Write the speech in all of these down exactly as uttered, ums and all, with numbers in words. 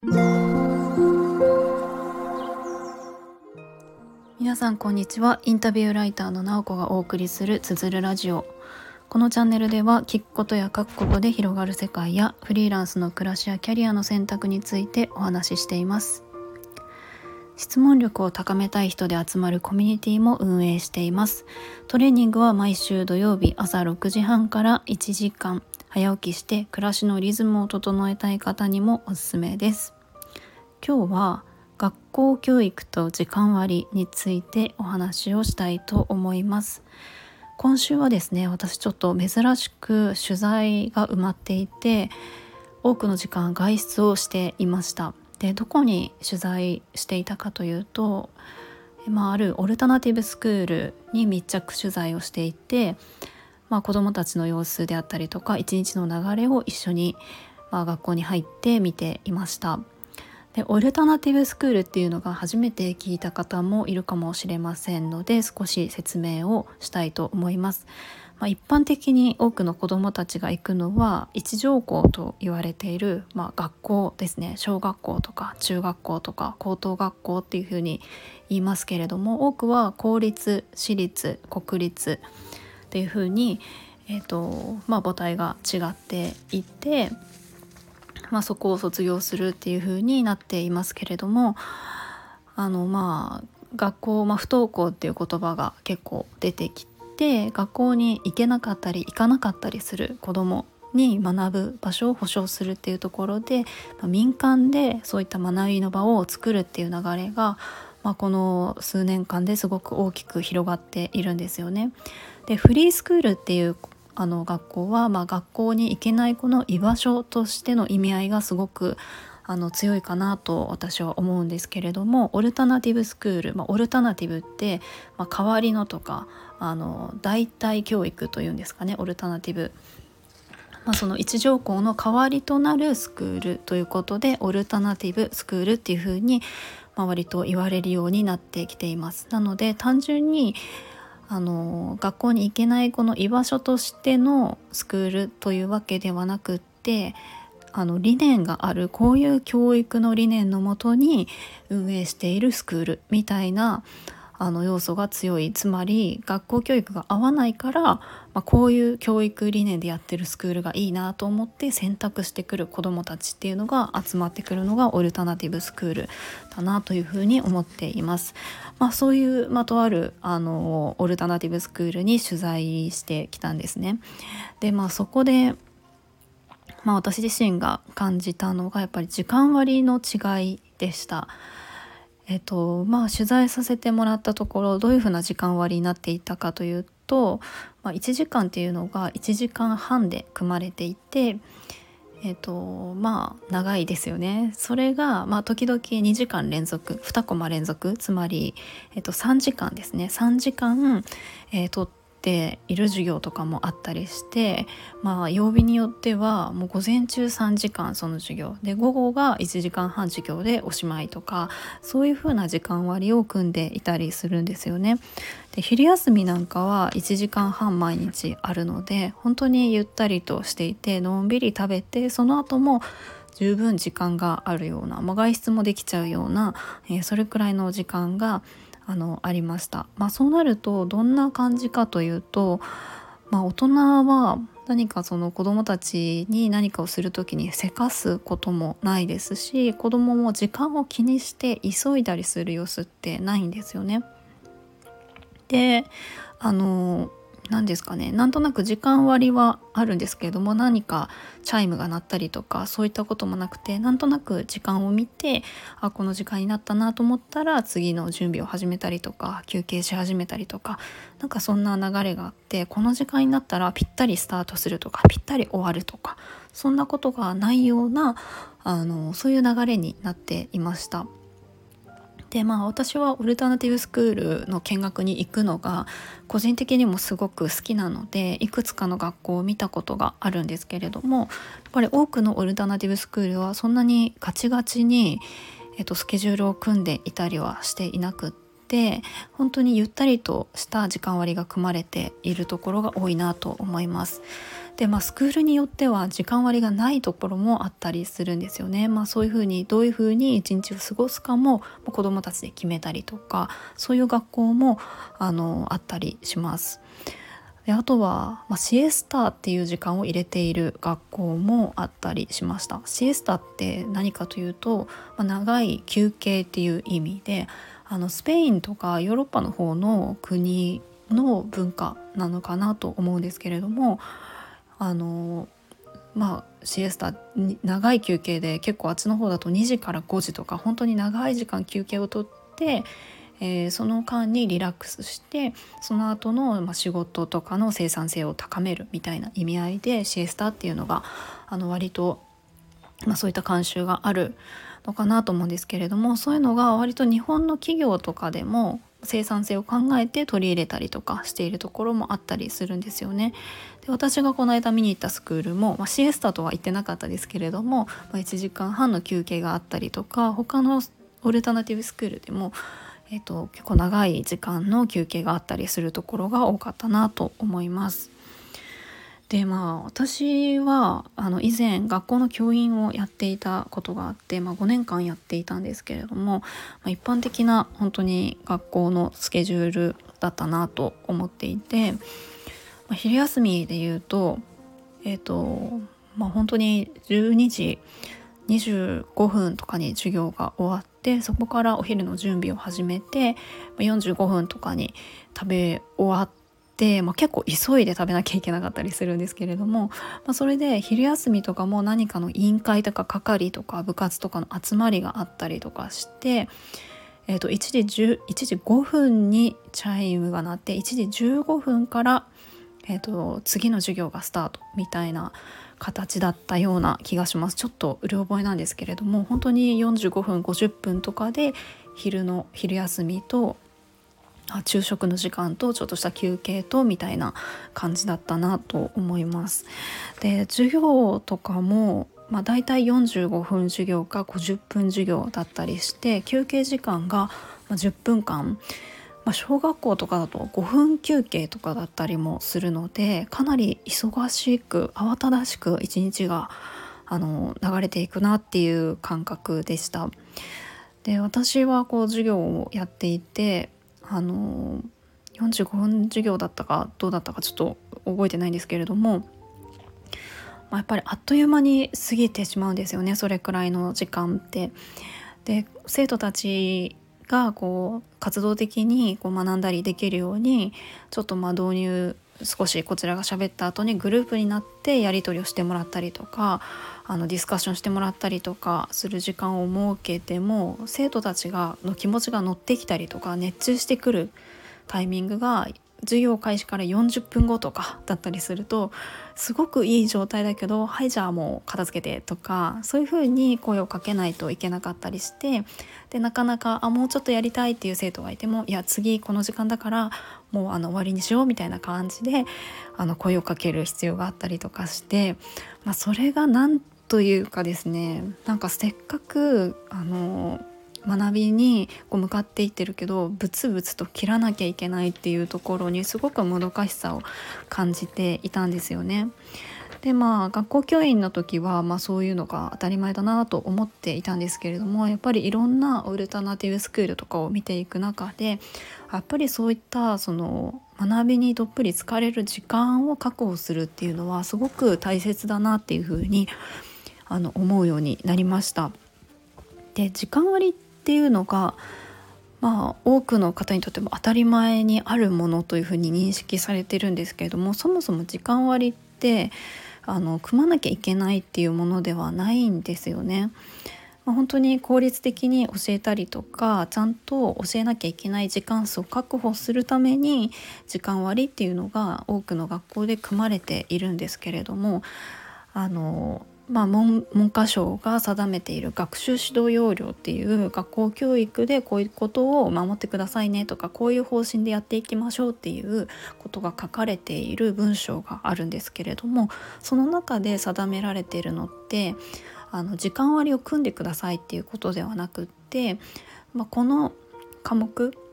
皆さんこんにちは。インタビューライターのなおこがお送りするつづるラジオ。このチャンネルでは聞くことや書くことで広がる世界やフリーランスの暮らしやキャリアの選択についてお話ししています。質問力を高めたい人で集まるコミュニティも運営しています。トレーニングは毎週土曜日朝ろくじはんからいちじかん早起きして暮らしのリズムを整えたい方にもおすすめです。今日は学校教育と時間割についてお話をしたいと思います。今週はですね、私ちょっと珍しく取材が埋まっていて、多くの時間外出をしていました。で、どこに取材していたかというと、まあ、あるオルタナティブスクールに密着取材をしていて、まあ、子どもたちの様子であったりとか一日の流れを一緒に、まあ、学校に入って見ていました。で、オルタナティブスクールっていうのが初めて聞いた方もいるかもしれませんので、少し説明をしたいと思います。まあ、一般的に多くの子どもたちが行くのは一条校と言われている、まあ、学校ですね。小学校とか中学校とか高等学校っていうふうに言いますけれども、多くは公立、私立、国立っていうふうに、えーとまあ、母体が違っていて、まあ、そこを卒業するっていう風になっていますけれども、あのまあ学校、まあ、不登校っていう言葉が結構出てきて、学校に行けなかったり行かなかったりする子どもに学ぶ場所を保障するっていうところで、まあ、民間でそういった学びの場を作るっていう流れが、まあ、この数年間ですごく大きく広がっているんですよね。で、フリースクールっていうあの学校は、まあ、学校に行けない子の居場所としての意味合いがすごくあの強いかなと私は思うんですけれども、オルタナティブスクール、まあ、オルタナティブって、まあ、代わりのとかあの代替教育というんですかね。オルタナティブ、まあ、その一条校の代わりとなるスクールということで、オルタナティブスクールっていうふうに、まあ、割と言われるようになってきています。なので単純にあの学校に行けない子の居場所としてのスクールというわけではなくって、あの理念がある、こういう教育の理念のもとに運営しているスクールみたいなあの要素が強い。つまり学校教育が合わないから、まあ、こういう教育理念でやってるスクールがいいなと思って選択してくる子どもたちっていうのが集まってくるのがオルタナティブスクールだなというふうに思っています。まあ、そういう、まあ、とあるあのオルタナティブスクールに取材してきたんですね。で、まあ、そこで、まあ、私自身が感じたのがやっぱり時間割の違いでした。えっとまあ、取材させてもらったところ、どういうふうな時間割になっていたかというと、まあ、いちじかんっていうのがいちじかんはんで組まれていて、えっとまあ長いですよね。それが、まあ、時々にじかん連続、にコマ連続、つまり、えっと、さんじかんですね。さんじかん、えー、取っている授業とかもあったりして、まあ、曜日によってはもう午前中さんじかんその授業で、午後がいちじかんはん授業でおしまいとか、そういう風な時間割を組んでいたりするんですよね。で、昼休みなんかはいちじかんはん毎日あるので、本当にゆったりとしていて、のんびり食べて、その後も十分時間があるような、まあ、外出もできちゃうような、えー、それくらいの時間があのありました。まあ、そうなるとどんな感じかというと、まあ、大人は何かその子どもたちに何かをするときにせかすこともないですし、子どもも時間を気にして急いだりする様子ってないんですよね。で、あの何ですかね、なんとなく時間割はあるんですけれども、何かチャイムが鳴ったりとかそういったこともなくて、なんとなく時間を見て、あ、この時間になったなと思ったら次の準備を始めたりとか、休憩し始めたりとか、なんかそんな流れがあって、この時間になったらぴったりスタートするとか、ぴったり終わるとか、そんなことがないようなあのそういう流れになっていました。で、まあ、私はオルタナティブスクールの見学に行くのが個人的にもすごく好きなので、いくつかの学校を見たことがあるんですけれども、やっぱり多くのオルタナティブスクールはそんなにガチガチに、えっと、スケジュールを組んでいたりはしていなくって、本当にゆったりとした時間割が組まれているところが多いなと思います。 で、まあ、スクールによっては時間割がないところもあったりするんですよね。まあ、そういうふうにどういうふうに一日を過ごすかも子どもたちで決めたりとか、そういう学校もあのあったりします。であとは、まあ、シエスタっていう時間を入れている学校もあったりしました。シエスタって何かというと、まあ、長い休憩っていう意味で、あのスペインとかヨーロッパの方の国の文化なのかなと思うんですけれども、あのまあシエスタ、長い休憩で結構あっちの方だとにじからごじとか本当に長い時間休憩をとって、えー、その間にリラックスして、その後の、まあ、仕事とかの生産性を高めるみたいな意味合いでシエスタっていうのがあの割と、まあ、そういった慣習があるのかなと思うんですけれども、そういうのが割と日本の企業とかでも生産性を考えて取り入れたりとかしているところもあったりするんですよね。で私がこの間見に行ったスクールも、まあ、シエスタとは言ってなかったですけれども、まあ、いちじかんはんの休憩があったりとか、他のオルタナティブスクールでも、えーと、結構長い時間の休憩があったりするところが多かったなと思います。でまあ私はあの以前学校の教員をやっていたことがあって、まあ、ごねんかんやっていたんですけれども、まあ、一般的な本当に学校のスケジュールだったなと思っていて、まあ、昼休みで言うとえっ、とまあ本当にじゅうにじにじゅうごふんとかに授業が終わって、そこからお昼の準備を始めてよんじゅうごふんとかに食べ終わって、まあ、結構急いで食べなきゃいけなかったりするんですけれども、まあ、それで昼休みとかも何かの委員会とか係とか部活とかの集まりがあったりとかして、えー、といちじじゅういちじごふんにチャイムが鳴っていちじじゅうごふんから、えー、と次の授業がスタートみたいな形だったような気がします。ちょっとうる覚えなんですけれども、本当によんじゅうごふんごじゅっぷんとかで昼の昼休みと昼食の時間とちょっとした休憩とみたいな感じだったなと思います。で授業とかも、まあ、だいたいよんじゅうごふん授業かごじゅっぷん授業だったりして、休憩時間がじゅっぷんかん、まあ、小学校とかだとごふん休憩とかだったりもするので、かなり忙しく慌ただしく一日があの流れていくなっていう感覚でした。で私はこう授業をやっていて、あのよんじゅうごふん授業だったかどうだったかちょっと覚えてないんですけれども、まあ、やっぱりあっという間に過ぎてしまうんですよね、それくらいの時間って。で生徒たちがこう活動的にこう学んだりできるように、ちょっとまあ導入少しこちらが喋った後にグループになってやり取りをしてもらったりとか、あのディスカッションしてもらったりとかする時間を設けても、生徒たちがの気持ちが乗ってきたりとか熱中してくるタイミングが授業開始からよんじゅっぷんごとかだったりすると、すごくいい状態だけど、はいじゃあもう片付けてとか、そういう風に声をかけないといけなかったりして、でなかなかあもうちょっとやりたいっていう生徒がいても、いや次この時間だからもうあの終わりにしようみたいな感じであの声をかける必要があったりとかして、まあ、それがなんというかですね、なんかせっかくあの学びにこう向かっていってるけど、ブツブツと切らなきゃいけないっていうところにすごくもどかしさを感じていたんですよね。でまあ学校教員の時は、まあ、そういうのが当たり前だなと思っていたんですけれども、やっぱりいろんなオルタナティブスクールとかを見ていく中で、やっぱりそういったその学びにどっぷり疲れる時間を確保するっていうのはすごく大切だなっていうふうにあの思うようになりました。で時間割っていうのが、まあ、多くの方にとっても当たり前にあるものというふうに認識されてるんですけれども、そもそも時間割ってあの組まなきゃいけないっていうものではないんですよね。まあ、本当に効率的に教えたりとか、ちゃんと教えなきゃいけない時間数を確保するために時間割っていうのが多くの学校で組まれているんですけれども、あのまあ、文, 文科省が定めている学習指導要領っていう学校教育でこういうことを守ってくださいねとか、こういう方針でやっていきましょうっていうことが書かれている文章があるんですけれども、その中で定められているのってあの時間割を組んでくださいっていうことではなくって、まあ、この科目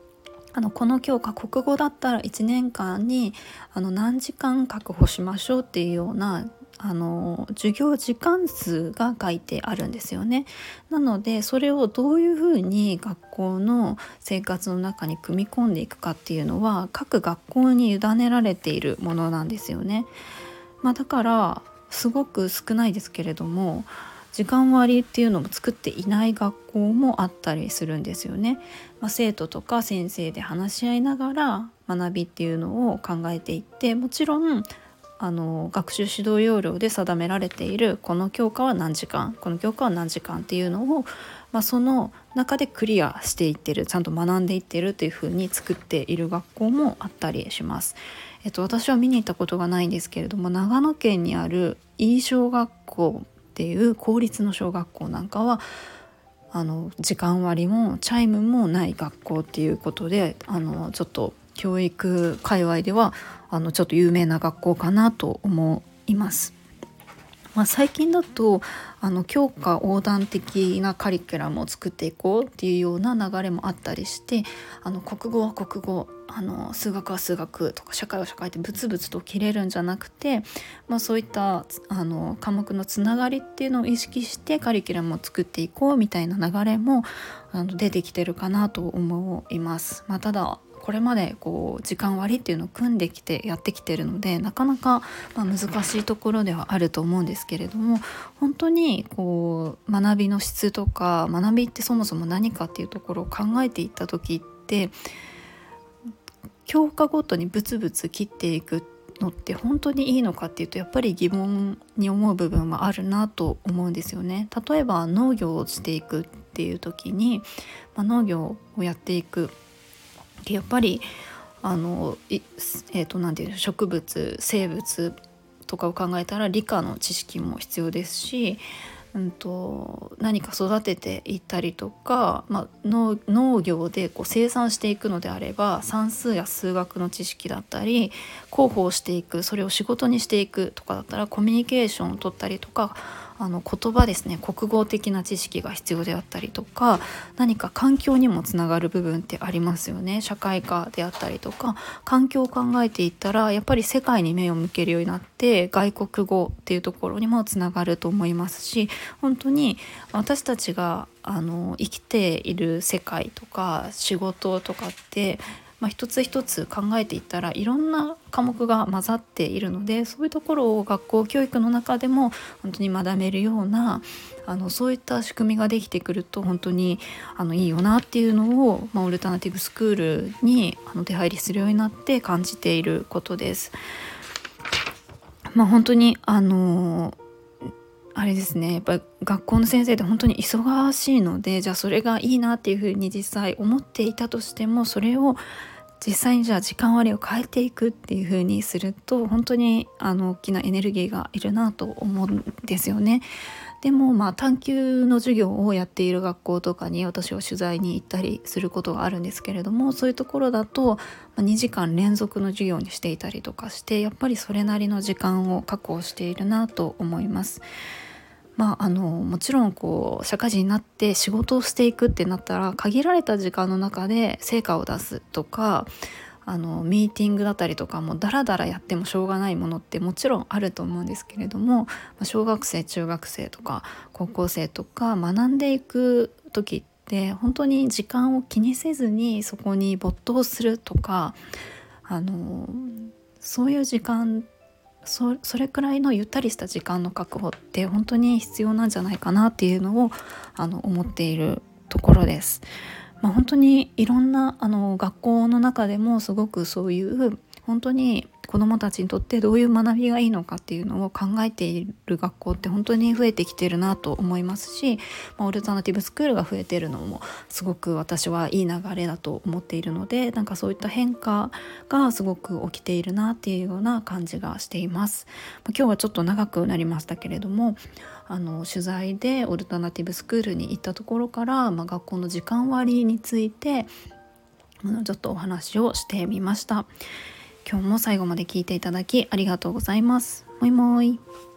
あのこの教科国語だったらいちねんかんにあの何時間確保しましょうっていうようなあの授業時間数が書いてあるんですよね。なのでそれをどういうふうに学校の生活の中に組み込んでいくかっていうのは各学校に委ねられているものなんですよね。まあ、だからすごく少ないですけれども時間割っていうのも作っていない学校もあったりするんですよね。まあ、生徒とか先生で話し合いながら学びっていうのを考えていって、もちろんあの学習指導要領で定められているこの教科は何時間この教科は何時間っていうのを、まあ、その中でクリアしていってる、ちゃんと学んでいってるというふうに作っている学校もあったりします。えっと、私は見に行ったことがないんですけれども、長野県にある飯小学校っていう公立の小学校なんかはあの時間割もチャイムもない学校っていうことで、あのちょっと教育界隈ではあのちょっと有名な学校かなと思います。まあ、最近だとあの教科横断的なカリキュラムを作っていこうっていうような流れもあったりして、あの国語は国語、あの数学は数学とか社会は社会ってブツブツと切れるんじゃなくて、まあ、そういったあの科目のつながりっていうのを意識してカリキュラムを作っていこうみたいな流れもあの出てきてるかなと思います。まあ、ただこれまでこう時間割っていうのを組んできてやってきてるのでなかなかまあ難しいところではあると思うんですけれども、本当にこう学びの質とか学びってそもそも何かっていうところを考えていった時って、教科ごとにブツブツ切っていくのって本当にいいのかっていうとやっぱり疑問に思う部分はあるなと思うんですよね。例えば農業をしていくっていう時に、まあ、農業をやっていくやっぱりあの、えー、となんていうの植物生物とかを考えたら理科の知識も必要ですし、うんと、何か育てていったりとか、まあ、農, 農業でこう生産していくのであれば算数や数学の知識だったり広報していく、それを仕事にしていくとかだったらコミュニケーションを取ったりとか、あの言葉ですね、国語的な知識が必要であったりとか、何か環境にもつながる部分ってありますよね。社会科であったりとか環境を考えていったらやっぱり世界に目を向けるようになって外国語っていうところにもつながると思いますし、本当に私たちがあの生きている世界とか仕事とかって、まあ、一つ一つ考えていったらいろんな科目が混ざっているので、そういうところを学校教育の中でも本当に学べるようなあのそういった仕組みができてくると本当にあのいいよなっていうのを、まあ、オルタナティブスクールにあの出入りするようになって感じていることです。まあ、本当にあのあれですね、やっぱり学校の先生って本当に忙しいので、じゃあそれがいいなっていうふうに実際思っていたとしても、それを実際にじゃあ時間割を変えていくっていう風にすると本当にあの大きなエネルギーがいるなと思うんですよね。でもまあ探究の授業をやっている学校とかに私は取材に行ったりすることがあるんですけれども、そういうところだとにじかん連続の授業にしていたりとかして、やっぱりそれなりの時間を確保しているなと思います。まあ、あのもちろんこう社会人になって仕事をしていくってなったら限られた時間の中で成果を出すとか、あのミーティングだったりとかもダラダラやってもしょうがないものってもちろんあると思うんですけれども、小学生中学生とか高校生とか学んでいく時って本当に時間を気にせずにそこに没頭するとか、あのそういう時間そ, それくらいのゆったりした時間の確保って本当に必要なんじゃないかなっていうのをあの思っているところです。まあ、本当にいろんなあの学校の中でもすごくそういう本当に子どもたちにとってどういう学びがいいのかっていうのを考えている学校って本当に増えてきてるなと思いますし、まあ、オルタナティブスクールが増えてるのもすごく私はいい流れだと思っているので、なんかそういった変化がすごく起きているなっていうような感じがしています。まあ、今日はちょっと長くなりましたけれども、あの取材でオルタナティブスクールに行ったところから、まあ、学校の時間割についてちょっとお話をしてみました。今日も最後まで聞いていただきありがとうございます。もいもい。